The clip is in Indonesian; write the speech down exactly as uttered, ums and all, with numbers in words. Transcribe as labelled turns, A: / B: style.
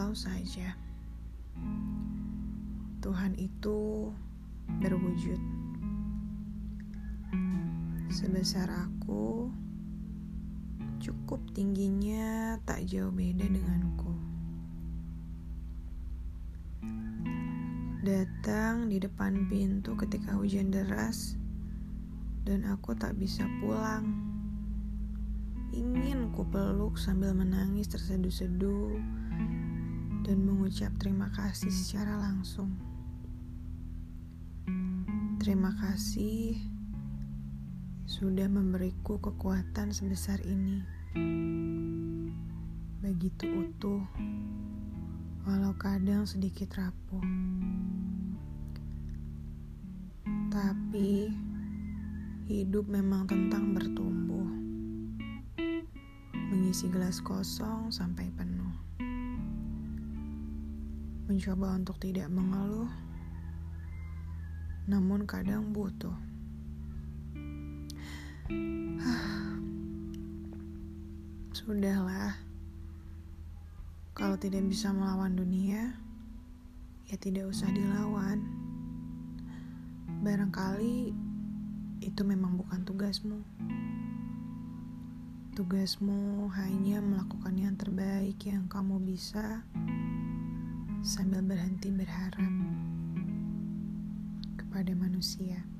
A: Kalau saja Tuhan itu berwujud sebesar aku, cukup tingginya tak jauh beda denganku. Datang di depan pintu ketika hujan deras dan aku tak bisa pulang. Ingin ku peluk sambil menangis terseduh-seduh dan mengucap terima kasih secara langsung. Terima kasih sudah memberiku kekuatan sebesar ini. Begitu utuh, walau kadang sedikit rapuh. Tapi hidup memang tentang bertumbuh, mengisi gelas kosong sampai penuh, mencoba untuk tidak mengeluh, namun kadang butuh. Sudahlah, kalau tidak bisa melawan dunia, ya tidak usah dilawan. Barangkali itu memang bukan tugasmu. Tugasmu hanya melakukan yang terbaik yang kamu bisa sambil berhenti berharap kepada manusia.